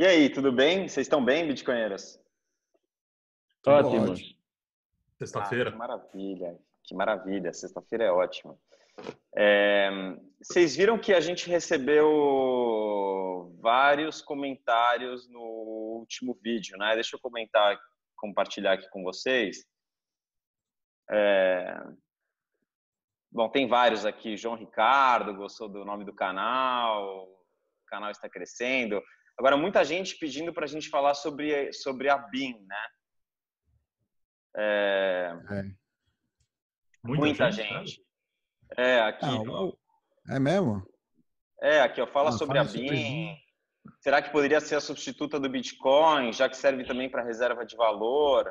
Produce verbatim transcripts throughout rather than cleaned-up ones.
E aí, tudo bem? Vocês estão bem, bitcoinheiros? Tudo Ótimos. ótimo. Ah, que Sexta-feira. maravilha, que maravilha. Sexta-feira é ótima. É, vocês viram que a gente recebeu vários comentários no último vídeo, né? Deixa eu comentar, compartilhar aqui com vocês. É, bom, tem vários aqui. João Ricardo gostou do nome do canal, o canal está crescendo. Agora, muita gente pedindo para a gente falar sobre, sobre a B I M, né? É, É. Muita, muita gente, sabe? gente. É, aqui, Ah, ó. o- é mesmo? É, aqui, ó. Fala Ah, sobre a fala sobre B I M. mim. Será que poderia ser a substituta do Bitcoin, já que serve também para reserva de valor?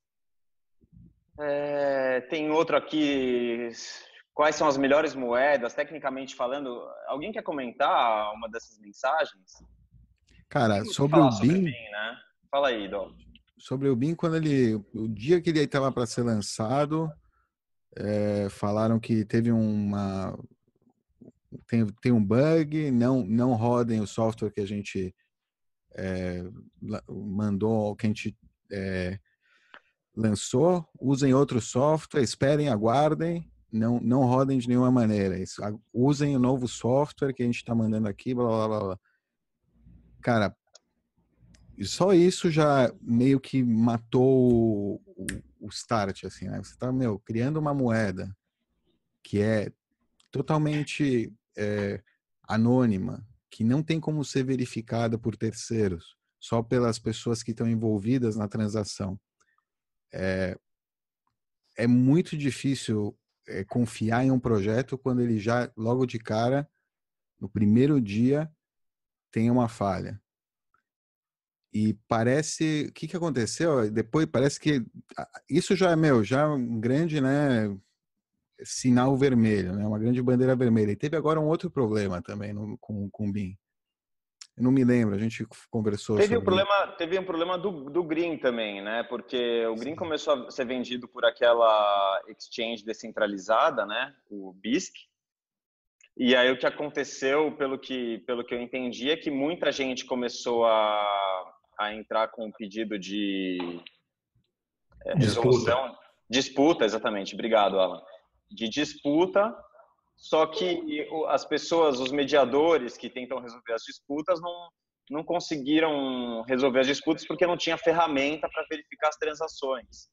É, tem outro aqui. Quais são as melhores moedas, tecnicamente falando? Alguém quer comentar uma dessas mensagens? Cara, Tem muito o que sobre o falar sobre a B I M, B I M, né? Fala aí, Dom. sobre o B I M, quando ele, o dia que ele estava para ser lançado, é, falaram que teve uma, tem, tem um bug, não, não rodem o software que a gente é, la- mandou, que a gente é, lançou, usem outro software, esperem, aguardem, não, não rodem de nenhuma maneira. Isso, a- usem o novo software que a gente está mandando aqui, blá, blá, blá, blá. Cara, e só isso já meio que matou o, o start, assim, né? Você tá, meu, criando uma moeda que é totalmente é, anônima, que não tem como ser verificada por terceiros, só pelas pessoas que estão envolvidas na transação. É, é muito difícil é, confiar em um projeto quando ele já, logo de cara, no primeiro dia, tem uma falha. E parece, o que que aconteceu? Depois parece que isso já é meu, já é um grande, né, sinal vermelho, né, uma grande bandeira vermelha. E teve agora um outro problema também no, com, com o B I M. Eu não me lembro, a gente conversou Teve um sobre isso. problema, teve um problema do, do Green também, né? Porque o Green Sim. começou a ser vendido por aquela exchange descentralizada, né? O BISC. E aí o que aconteceu, pelo que, pelo que eu entendi, é que muita gente começou a, a entrar com um pedido de é, Disputa. resolução, disputa, exatamente, obrigado, Alan, de disputa, só que o- as pessoas, os mediadores que tentam resolver as disputas não, não conseguiram resolver as disputas porque não tinha ferramenta para verificar as transações.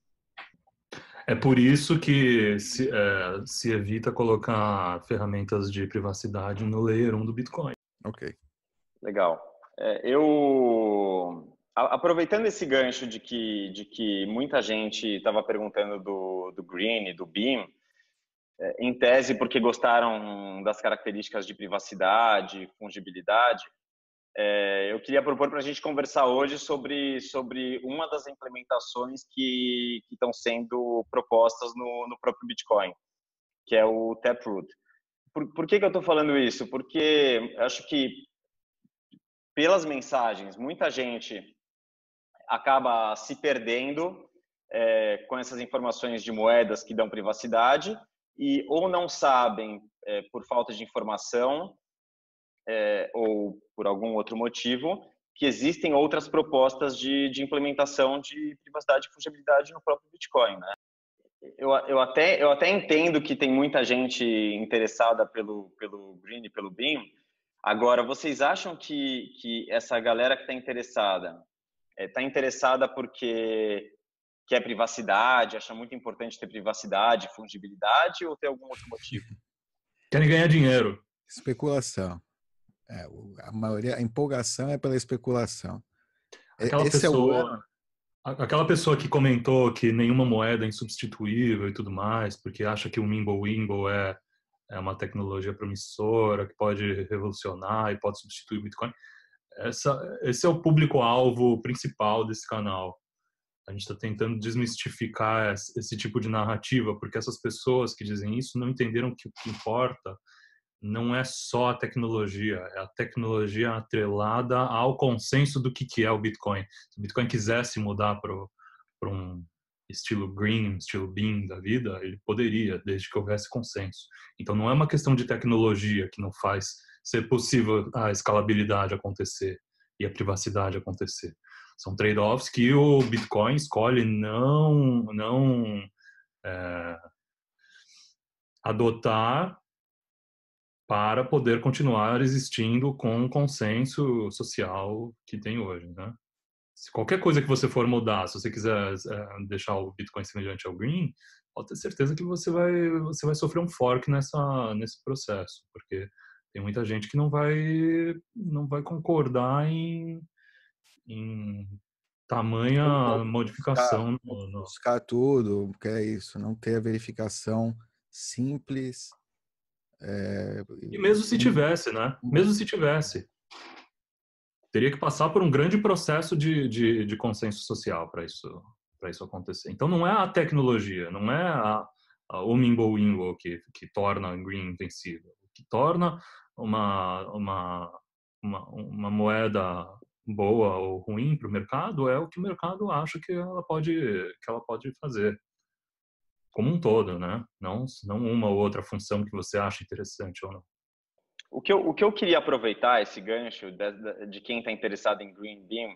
É por isso que se, é, se evita colocar ferramentas de privacidade no Layer um do Bitcoin. Ok. Legal. É, eu a- aproveitando esse gancho de que de que muita gente estava perguntando do do Green, do B I M, é, em tese porque gostaram das características de privacidade, fungibilidade, é, eu queria propor para a gente conversar hoje sobre sobre uma das implementações que que estão sendo propostas no no próprio Bitcoin, que é o Taproot. Por, por que que eu estou falando isso? Porque acho que pelas mensagens, muita gente acaba se perdendo é, com essas informações de moedas que dão privacidade e ou não sabem é, por falta de informação é, ou por algum outro motivo que existem outras propostas de, de implementação de privacidade e fungibilidade no próprio Bitcoin, né? Eu, eu, até, eu até entendo que tem muita gente interessada pelo, pelo Green e pelo B I M. Agora, vocês acham que, que essa galera que está interessada está interessada porque quer privacidade, acha muito importante ter privacidade, fungibilidade, ou tem algum outro motivo? Querem ganhar dinheiro. Especulação. É, a maioria, a empolgação é pela especulação. Aquela Esse é o ano. pessoa, aquela pessoa que comentou que nenhuma moeda é insubstituível e tudo mais, porque acha que o Mimblewimble é, é uma tecnologia promissora que pode revolucionar e pode substituir o Bitcoin. Essa, esse é o público-alvo principal desse canal. A gente está tentando desmistificar esse tipo de narrativa, porque essas pessoas que dizem isso não entenderam que o que importa não é só a tecnologia, é a tecnologia atrelada ao consenso do que, que é o Bitcoin. Se o Bitcoin quisesse mudar para um estilo green, estilo beam da vida, ele poderia, desde que houvesse consenso. Então não é uma questão de tecnologia que não faz ser possível a escalabilidade acontecer. e a privacidade acontecer. São trade-offs que o Bitcoin escolhe não, não é, adotar para poder continuar existindo com o consenso social que tem hoje, né? Se qualquer coisa que você for mudar, se você quiser é, deixar o Bitcoin semelhante ao Green, pode ter certeza que você vai, você vai sofrer um fork nessa, nesse processo, porque tem muita gente que não vai, não vai concordar em, em tamanha modificação. Buscar, No, no... buscar tudo, que é isso, não ter a verificação simples. É, E mesmo se tivesse, né? Mesmo se tivesse, teria que passar por um grande processo de, de, de consenso social para isso, para isso acontecer. Então não é a tecnologia, não é a, a, o Mimblewimble que, que torna Green invencível. O que torna uma, uma, uma, uma moeda boa ou ruim para o mercado é o que o mercado acha que ela pode, que ela pode fazer. Como um todo, né? Não, não uma ou outra função que você acha interessante ou não. O que eu, o que eu queria aproveitar, esse gancho de, de quem está interessado em Green Beam,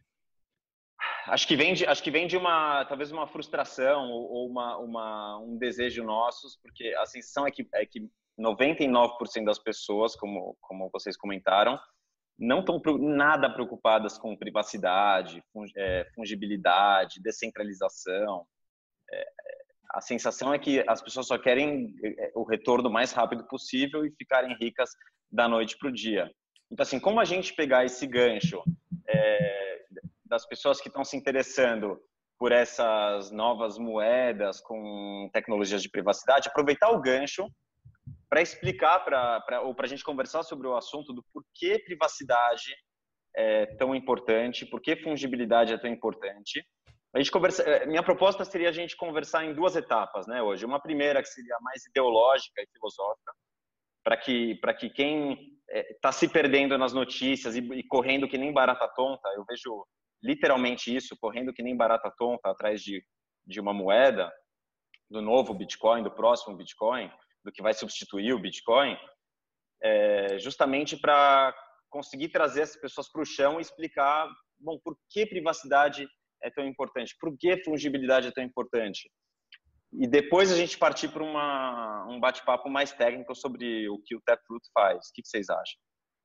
acho que vem de, acho que vem de uma, talvez uma frustração ou, ou uma, uma, um desejo nossos, porque a sensação é que, é que noventa e nove por cento das pessoas, como, como vocês comentaram, não estão nada preocupadas com privacidade, fungibilidade, descentralização. É, a sensação é que as pessoas só querem o retorno mais rápido possível e ficarem ricas da noite para o dia. Então, assim, como a gente pegar esse gancho é, das pessoas que estão se interessando por essas novas moedas com tecnologias de privacidade, aproveitar o gancho para explicar, pra, pra, ou para a gente conversar sobre o assunto do porquê privacidade é tão importante, porquê fungibilidade é tão importante. A gente conversa, minha proposta seria a gente conversar em duas etapas, né, hoje. Uma primeira que seria mais ideológica e filosófica, para que, para que quem está é, se perdendo nas notícias e, e correndo que nem barata tonta, eu vejo literalmente isso, correndo que nem barata tonta atrás de, de uma moeda, do novo Bitcoin, do próximo Bitcoin, do que vai substituir o Bitcoin, é, justamente para conseguir trazer essas pessoas para o chão e explicar, bom, por que privacidade é tão importante, por que fungibilidade é tão importante. E depois a gente partir para uma, um bate-papo mais técnico sobre o que o Taproot faz. O que vocês acham?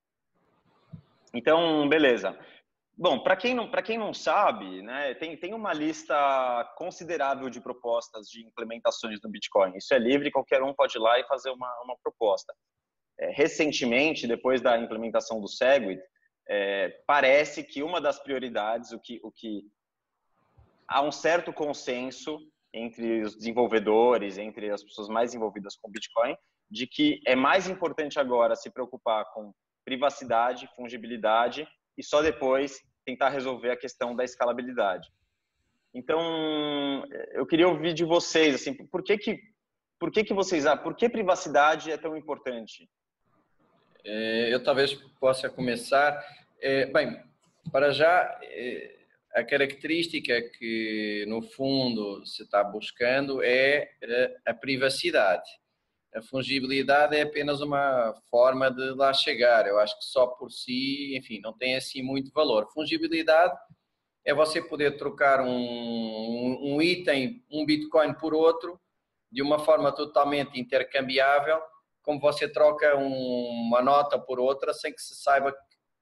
Então, beleza. Bom, para quem não, para quem não sabe, né, tem, tem uma lista considerável de propostas de implementações no Bitcoin. Isso é livre, qualquer um pode ir lá e fazer uma, uma proposta. É, recentemente, depois da implementação do Segwit, é, parece que uma das prioridades, o que, o que há um certo consenso entre os desenvolvedores, entre as pessoas mais envolvidas com Bitcoin, de que é mais importante agora se preocupar com privacidade, fungibilidade e só depois tentar resolver a questão da escalabilidade. Então, eu queria ouvir de vocês, assim, por que que, por que que vocês, por que privacidade é tão importante? Eu talvez possa começar. Bem, para já, a característica que, no fundo, se está buscando é a privacidade. A fungibilidade é apenas uma forma de lá chegar. Eu acho que só por si, enfim, não tem assim muito valor. Fungibilidade é você poder trocar um, um item, um Bitcoin por outro, de uma forma totalmente intercambiável, como você troca um, uma nota por outra sem que se saiba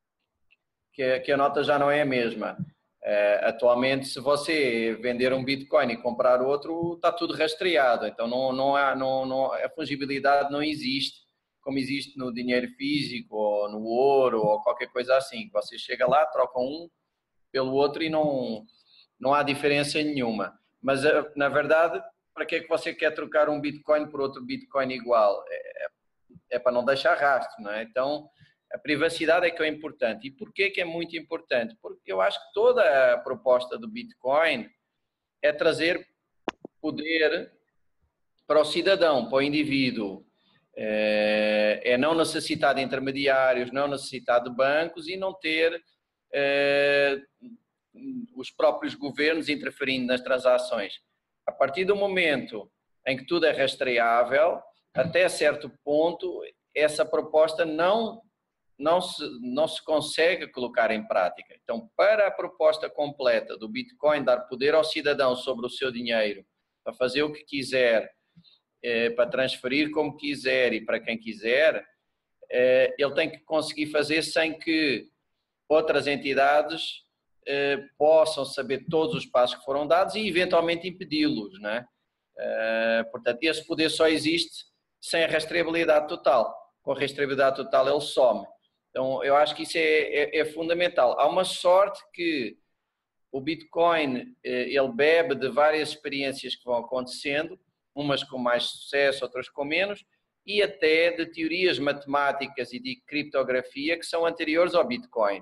que, que a nota já não é a mesma. Uh, atualmente, se você vender um Bitcoin e comprar outro, está tudo rastreado. Então, não, não há, não, não, a fungibilidade não existe, como existe no dinheiro físico, ou no ouro, ou qualquer coisa assim. Você chega lá, troca um pelo outro e não, não há diferença nenhuma. Mas, na verdade, para que é que você quer trocar um Bitcoin por outro Bitcoin igual? É, é para não deixar rastro, não é? Então, a privacidade é que é importante. E por que que é muito importante? Porque eu acho que toda a proposta do Bitcoin é trazer poder para o cidadão, para o indivíduo. É não necessitar de intermediários, não necessitar de bancos e não ter é, os próprios governos interferindo nas transações. A partir do momento em que tudo é rastreável, até certo ponto, essa proposta não não se, não se consegue colocar em prática. Então, para a proposta completa do Bitcoin dar poder ao cidadão sobre o seu dinheiro, para fazer o que quiser, eh, para transferir como quiser e para quem quiser, eh, ele tem que conseguir fazer sem que outras entidades eh, possam saber todos os passos que foram dados e eventualmente impedi-los, não é? Eh, portanto, esse poder só existe sem a rastreabilidade total. Com a rastreabilidade total ele some. Então, eu acho que isso é, é, é fundamental. Há uma sorte que o Bitcoin, ele bebe de várias experiências que vão acontecendo, umas com mais sucesso, outras com menos, e até de teorias matemáticas e de criptografia que são anteriores ao Bitcoin.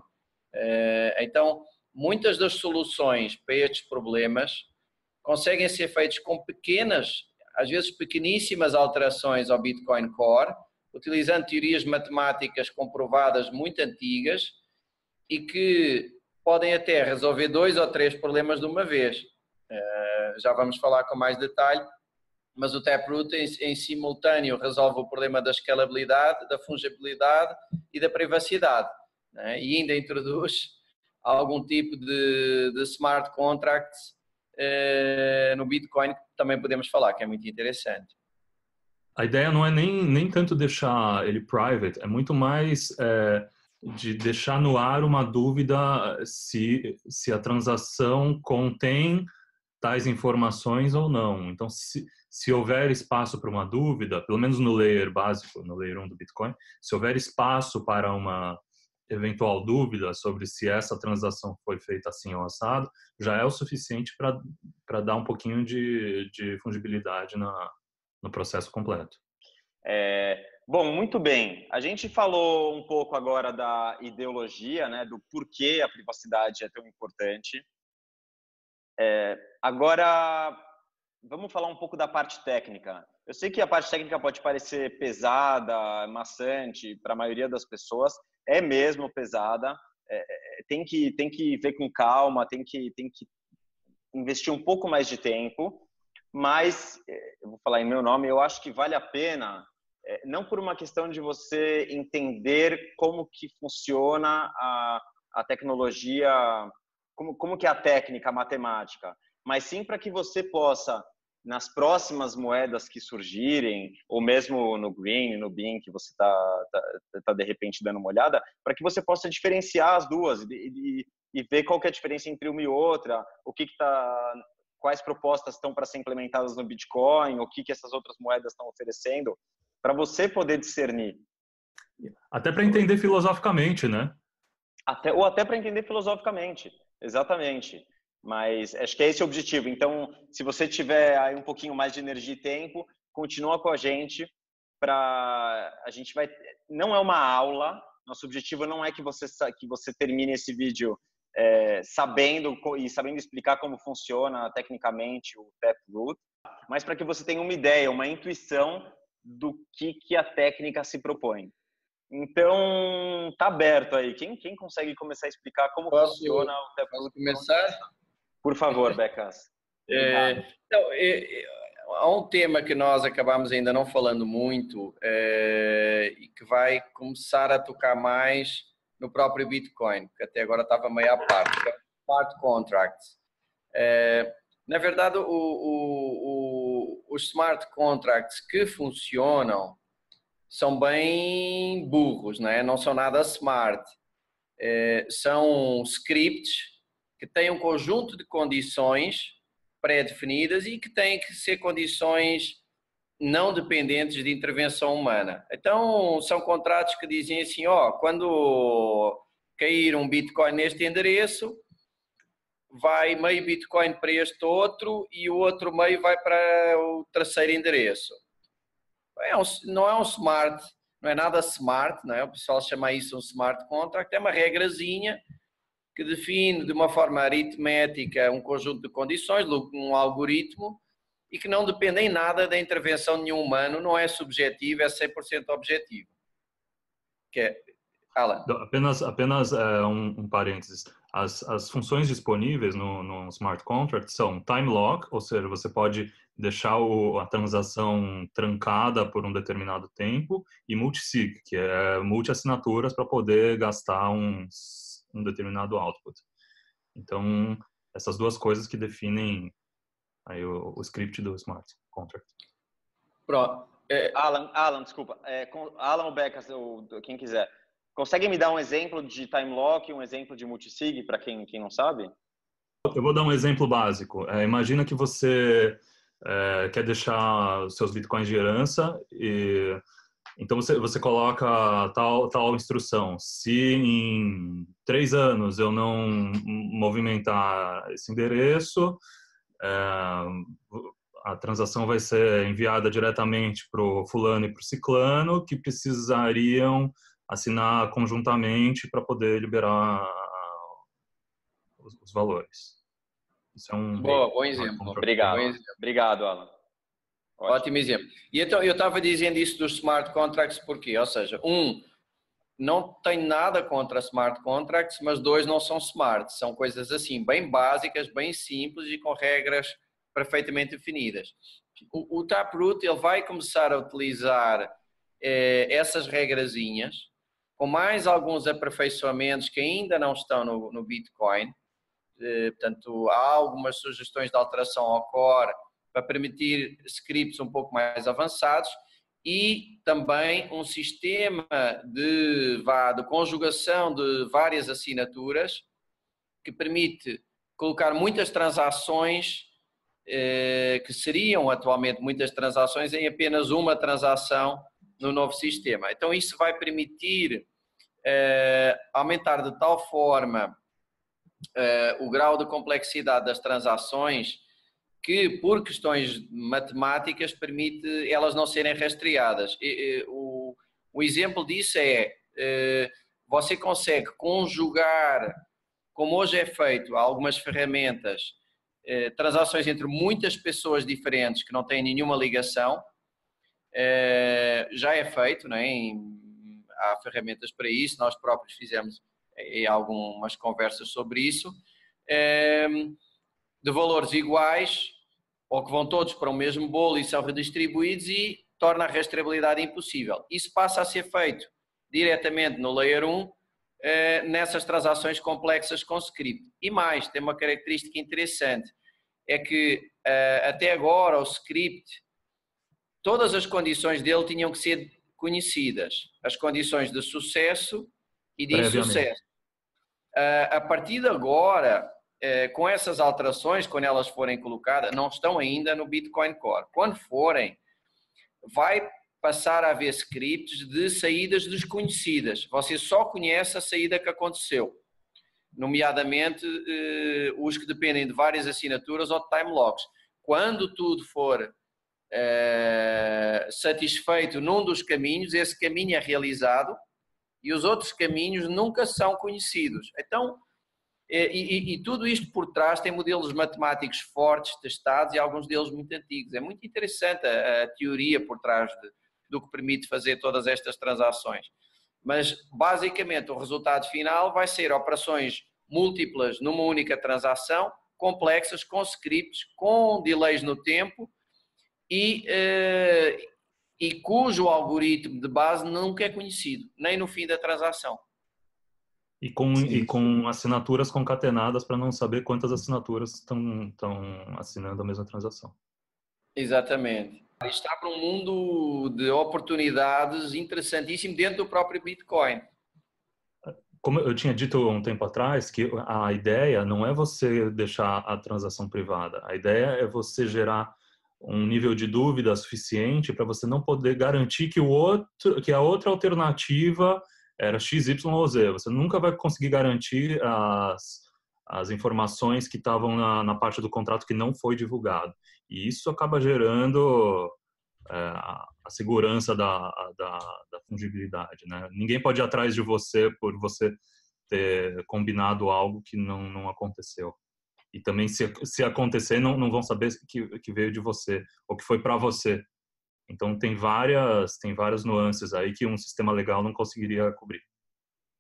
Então, muitas das soluções para estes problemas conseguem ser feitas com pequenas, às vezes pequeníssimas alterações ao Bitcoin Core, utilizando teorias matemáticas comprovadas muito antigas e que podem até resolver dois ou três problemas de uma vez. Uh, já vamos falar com mais detalhe, mas o Taproot em, em simultâneo resolve o problema da escalabilidade, da fungibilidade e da privacidade, né? E ainda introduz algum tipo de, de smart contracts uh, no Bitcoin, que também podemos falar, que é muito interessante. A ideia não é nem, nem tanto deixar ele private, é muito mais é, de deixar no ar uma dúvida se, se a transação contém tais informações ou não. Então, se, se houver espaço para uma dúvida, pelo menos no layer básico, no layer um do Bitcoin, se houver espaço para uma eventual dúvida sobre se essa transação foi feita assim ou assado, já é o suficiente para para dar um pouquinho de, de fungibilidade na no processo completo. É, bom, muito bem. A gente falou um pouco agora da ideologia, né, do porquê a privacidade é tão importante. É, agora, vamos falar um pouco da parte técnica. Eu sei que a parte técnica pode parecer pesada, maçante para a maioria das pessoas. É mesmo pesada. É, tem que, tem que ver com calma, tem que, tem que investir um pouco mais de tempo. Mas, eu vou falar em meu nome, eu acho que vale a pena, não por uma questão de você entender como que funciona a, a tecnologia, como, como que é a técnica, a matemática, mas sim para que você possa, nas próximas moedas que surgirem, ou mesmo no Green, no Beam, que você está tá, tá, de repente dando uma olhada, para que você possa diferenciar as duas e, e, e ver qual que é a diferença entre uma e outra, o que está... quais propostas estão para ser implementadas no Bitcoin, o que, que essas outras moedas estão oferecendo, para você poder discernir. Até para entender filosoficamente, né? Até, ou até para entender filosoficamente, exatamente. Mas acho que é esse o objetivo. Então, se você tiver aí um pouquinho mais de energia e tempo, continua com a gente. Pra... A gente vai... Não é uma aula, nosso objetivo não é que você, que você termine esse vídeo É, sabendo e sabendo explicar como funciona tecnicamente o Taproot, mas para que você tenha uma ideia, uma intuição do que, que a técnica se propõe. Então, tá aberto aí. Quem, quem consegue começar a explicar como posso, funciona o Taproot? Posso começar? Por favor, Becas. É, então, é, é, há um tema que nós acabamos ainda não falando muito é, e que vai começar a tocar mais no próprio Bitcoin, que até agora estava meio à parte, que é o smart contracts. É, na verdade, o, o, o, os smart contracts que funcionam são bem burros, não é? Não são nada smart. É, são scripts que têm um conjunto de condições pré-definidas e que têm que ser condições não dependentes de intervenção humana. Então, são contratos que dizem assim, ó, quando cair um Bitcoin neste endereço, vai meio Bitcoin para este outro e o outro meio vai para o terceiro endereço. É um, não é um smart, não é nada smart, não é? O pessoal chama isso um smart contract, é uma regrazinha que define de uma forma aritmética um conjunto de condições, um algoritmo, e que não depende em nada da intervenção de nenhum humano, não é subjetivo, é cem por cento objetivo. Que é, Alan. Apenas, apenas é, um, um parênteses. As, as funções disponíveis no, no Smart Contract são time lock, ou seja, você pode deixar o, a transação trancada por um determinado tempo, e multisig, que é multi-assinaturas para poder gastar um, um determinado output. Então, essas duas coisas que definem aí o, o script do Smart Contract. Pronto. É, Alan, Alan, desculpa. É, com, Alan ou Becas, ou quem quiser. Consegue me dar um exemplo de time lock e um exemplo de multisig para quem, quem não sabe? Eu vou dar um exemplo básico. É, imagina que você é, quer deixar os seus bitcoins de herança e então você, você coloca tal, tal instrução. Se em três anos eu não movimentar esse endereço, é, a transação vai ser enviada diretamente para o fulano e para o ciclano, que precisariam assinar conjuntamente para poder liberar os, os valores. Isso é um... Boa, bom exemplo. Obrigado. Bom exemplo. Obrigado, Alan. Ótimo. Ótimo exemplo. E então, eu estava dizendo isso dos smart contracts porque, ou seja, um, não tenho nada contra smart contracts, mas dois, não são smart. São coisas assim, bem básicas, bem simples e com regras perfeitamente definidas. O, o Taproot, ele vai começar a utilizar eh, essas regrazinhas com mais alguns aperfeiçoamentos que ainda não estão no, no Bitcoin. Eh, portanto, há algumas sugestões de alteração ao core para permitir scripts um pouco mais avançados e também um sistema de, vá, de conjugação de várias assinaturas que permite colocar muitas transações eh, que seriam atualmente muitas transações em apenas uma transação no novo sistema. Então isso vai permitir eh, aumentar de tal forma eh, o grau de complexidade das transações que por questões matemáticas permite elas não serem rastreadas. E, e, o, o exemplo disso é, eh, você consegue conjugar, como hoje é feito, algumas ferramentas, eh, transações entre muitas pessoas diferentes que não têm nenhuma ligação, eh, já é feito, não é? Em, há ferramentas para isso, nós próprios fizemos eh, algumas conversas sobre isso, eh, de valores iguais, ou que vão todos para o mesmo bolo e são redistribuídos e torna a rastreabilidade impossível. Isso passa a ser feito diretamente no Layer um, eh, nessas transações complexas com script. E mais, tem uma característica interessante, é que eh, até agora o script, todas as condições dele tinham que ser conhecidas. As condições de sucesso e de insucesso. Uh, a partir de agora, uh, com essas alterações, quando elas forem colocadas, não estão ainda no Bitcoin Core. Quando forem, vai passar a haver scripts de saídas desconhecidas. Você só conhece a saída que aconteceu, nomeadamente uh, os que dependem de várias assinaturas ou de time locks. Quando tudo for uh, satisfeito num dos caminhos, esse caminho é realizado e os outros caminhos nunca são conhecidos. Então, e, e, e tudo isto por trás tem modelos matemáticos fortes, testados e alguns deles muito antigos. É muito interessante a, a teoria por trás de, do que permite fazer todas estas transações. Mas, basicamente, o resultado final vai ser operações múltiplas numa única transação, complexas, com scripts, com delays no tempo e... Uh, e cujo algoritmo de base nunca é conhecido, nem no fim da transação. E com, e com assinaturas concatenadas para não saber quantas assinaturas estão, estão assinando a mesma transação. Exatamente. Está para um mundo de oportunidades interessantíssimo dentro do próprio Bitcoin. Como eu tinha dito um tempo atrás, que a ideia não é você deixar a transação privada, a ideia é você gerar um nível de dúvida suficiente para você não poder garantir que o outro, que a outra alternativa era X, Y ou Z. Você nunca vai conseguir garantir as, as informações que estavam na, na parte do contrato que não foi divulgado. E isso acaba gerando é, a, a segurança da, da, da fungibilidade, né? Ninguém pode ir atrás de você por você ter combinado algo que não, não aconteceu. E também, se, se acontecer, não, não vão saber que, que veio de você, ou que foi para você. Então, tem várias, tem várias nuances aí que um sistema legal não conseguiria cobrir.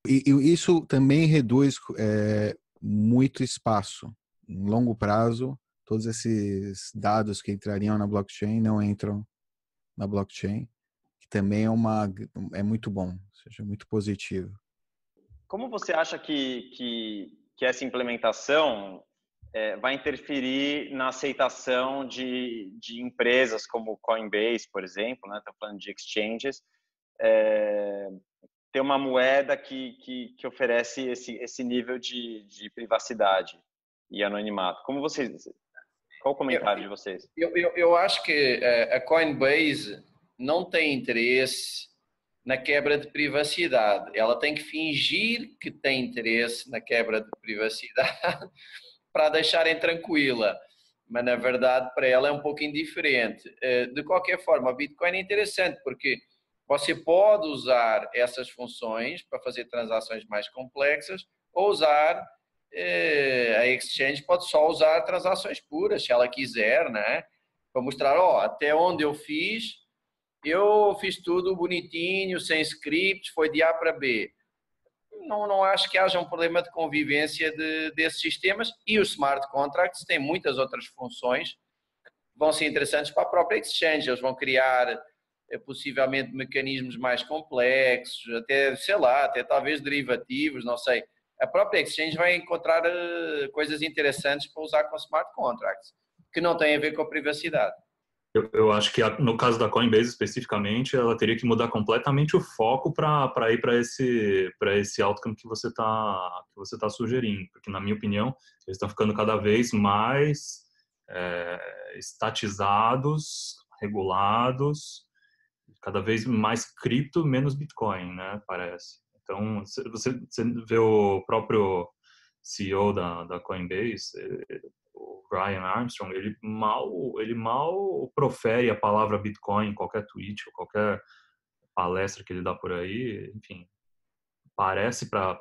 e, e isso também reduz é, muito espaço. Em longo prazo, todos esses dados que entrariam na blockchain não entram na blockchain, que também é, uma, é muito bom, ou seja, muito positivo. Como você acha que, que, que essa implementação é, vai interferir na aceitação de, de empresas como Coinbase, por exemplo, né? Estou falando de exchanges, é, ter uma moeda que, que, que oferece esse, esse nível de, de privacidade e anonimato. Como vocês, qual o comentário de vocês? Eu, eu, eu acho que a Coinbase não tem interesse na quebra de privacidade. Ela tem que fingir que tem interesse na quebra de privacidade para a deixarem tranquila. Mas, na verdade, para ela é um pouco indiferente. De qualquer forma, o Bitcoin é interessante porque você pode usar essas funções para fazer transações mais complexas ou usar, a exchange pode só usar transações puras, se ela quiser, né? Para mostrar, ó, até onde eu fiz, eu fiz tudo bonitinho, sem scripts, foi de A para B. Não, não acho que haja um problema de convivência de, desses sistemas, e os smart contracts têm muitas outras funções que vão ser interessantes para a própria exchange. Eles vão criar possivelmente mecanismos mais complexos, até, sei lá, até talvez derivativos, não sei. A própria exchange vai encontrar coisas interessantes para usar com smart contracts, que não têm a ver com a privacidade. Eu, eu acho que no caso da Coinbase especificamente, ela teria que mudar completamente o foco para ir para esse para esse outcome que você está que você tá sugerindo, porque na minha opinião eles estão ficando cada vez mais é, estatizados, regulados, cada vez mais cripto, menos Bitcoin, né? Parece. Então você, você vê o próprio C E O da, da Coinbase, o Brian Armstrong, ele mal, ele mal profere a palavra Bitcoin em qualquer tweet ou qualquer palestra que ele dá por aí. Enfim, parece para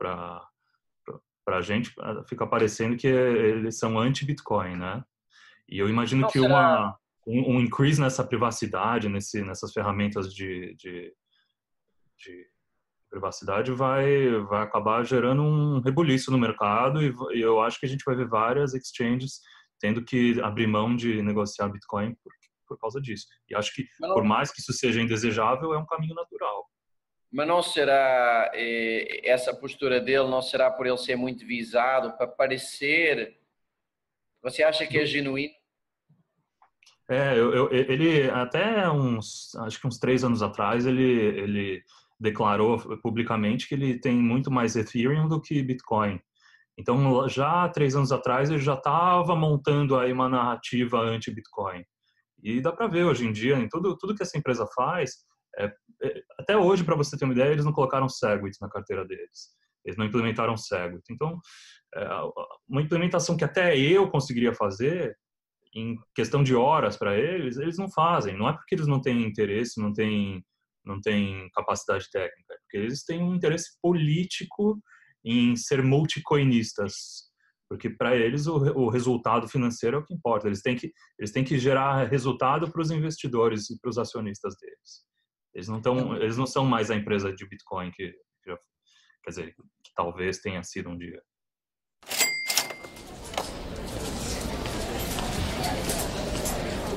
a gente, fica parecendo que eles são anti-Bitcoin, né? E eu imagino Não que será... uma, um, um increase nessa privacidade, nesse, nessas ferramentas de, de, de privacidade vai, vai acabar gerando um rebuliço no mercado, e, e eu acho que a gente vai ver várias exchanges tendo que abrir mão de negociar Bitcoin por, por causa disso. E acho que, não, por mais que isso seja indesejável, é um caminho natural. Mas não será, eh, essa postura dele, não será por ele ser muito visado, para parecer... Você acha que é genuíno? É, eu, eu, ele até uns, acho que uns três anos atrás, ele, ele declarou publicamente que ele tem muito mais Ethereum do que Bitcoin. Então, já três anos atrás, ele já estava montando aí uma narrativa anti-Bitcoin. E dá para ver hoje em dia, em tudo, tudo que essa empresa faz, é, é, até hoje, para você ter uma ideia, eles não colocaram Segwit na carteira deles. Eles não implementaram Segwit. Então, é, uma implementação que até eu conseguiria fazer, em questão de horas para eles, eles não fazem. Não é porque eles não têm interesse, não têm, não têm capacidade técnica, é porque eles têm um interesse político em ser multicoinistas, porque para eles o, o resultado financeiro é o que importa. Eles têm que, eles têm que gerar resultado para os investidores e para os acionistas deles. Eles não tão, eles não são mais a empresa de Bitcoin que, que já, quer dizer, que talvez tenha sido um dia.